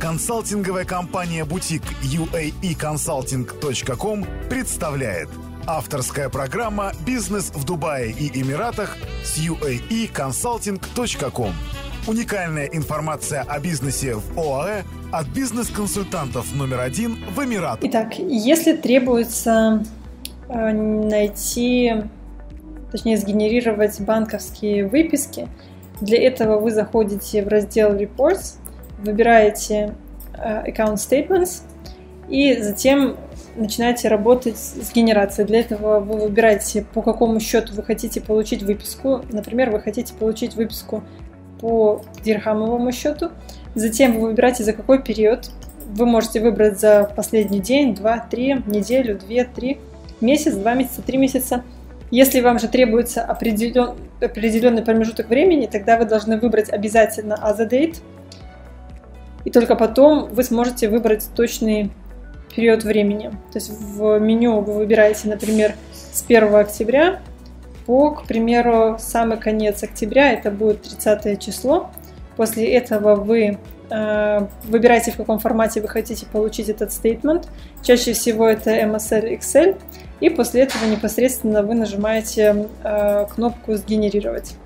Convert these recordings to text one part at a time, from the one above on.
Консалтинговая компания «Бутик» UAEconsulting.com представляет авторская программа «Бизнес в Дубае и Эмиратах» с UAEconsulting.com. Уникальная информация о бизнесе в ОАЭ от бизнес-консультантов номер 1 в Эмиратах. Итак, если требуется сгенерировать банковские выписки, для этого вы заходите в раздел Reports, выбираете Account Statements и затем начинаете работать с генерацией. Для этого вы выбираете, по какому счету вы хотите получить выписку. Например, вы хотите получить выписку по дирхамовому счету. Затем вы выбираете, за какой период. Вы можете выбрать за последний день, 2, 3, неделю, 2, 3, месяц, 2 месяца, 3 месяца. Если вам же требуется определенный промежуток времени, тогда вы должны выбрать обязательно Other Date. И только потом вы сможете выбрать точный период времени. То есть в меню вы выбираете, например, с 1 октября по, к примеру, самый конец октября, это будет 30 число. После этого вы выбираете, в каком формате вы хотите получить этот statement. Чаще всего это MSL Excel. И после этого непосредственно вы нажимаете кнопку «Сгенерировать».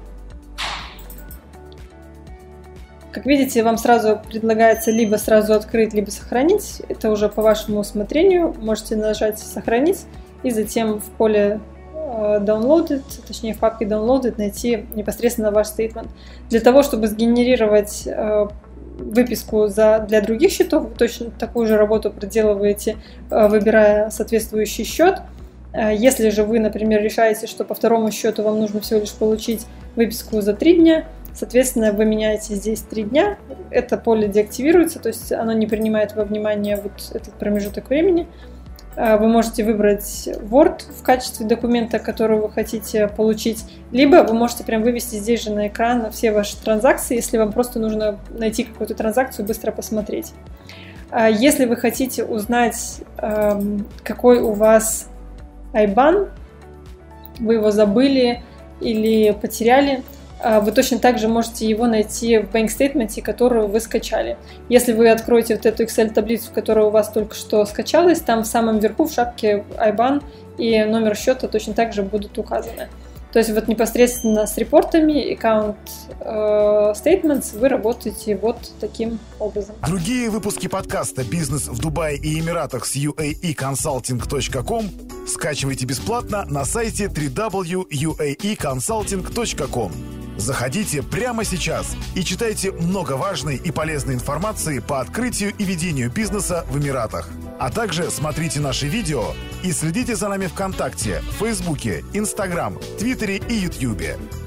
Как видите, вам сразу предлагается либо сразу открыть, либо сохранить. Это уже по вашему усмотрению. Можете нажать «Сохранить» и затем в поле Downloaded, точнее в папке Downloaded найти непосредственно ваш statement. Для того, чтобы сгенерировать выписку для других счетов, вы точно такую же работу проделываете, выбирая соответствующий счет. Если же вы, например, решаете, что по второму счету вам нужно всего лишь получить выписку за 3 дня, соответственно, вы меняете здесь 3 дня, это поле деактивируется, то есть оно не принимает во внимание вот этот промежуток времени. Вы можете выбрать Word в качестве документа, который вы хотите получить, либо вы можете прям вывести здесь же на экран все ваши транзакции, если вам просто нужно найти какую-то транзакцию, быстро посмотреть. Если вы хотите узнать, какой у вас IBAN, вы его забыли или потеряли, вы точно так же можете его найти в Bank Statement, которую вы скачали. Если вы откроете вот эту Excel-таблицу, которая у вас только что скачалась, там в самом верху в шапке IBAN и номер счета точно так же будут указаны. То есть вот непосредственно с репортами, Account Statements вы работаете вот таким образом. Другие выпуски подкаста «Бизнес в Дубае и Эмиратах» с UAEconsulting.com скачивайте бесплатно на сайте www.uaeconsulting.com. Заходите прямо сейчас и читайте много важной и полезной информации по открытию и ведению бизнеса в Эмиратах. А также смотрите наши видео и следите за нами ВКонтакте, Фейсбуке, Инстаграм, Твиттере и Ютьюбе.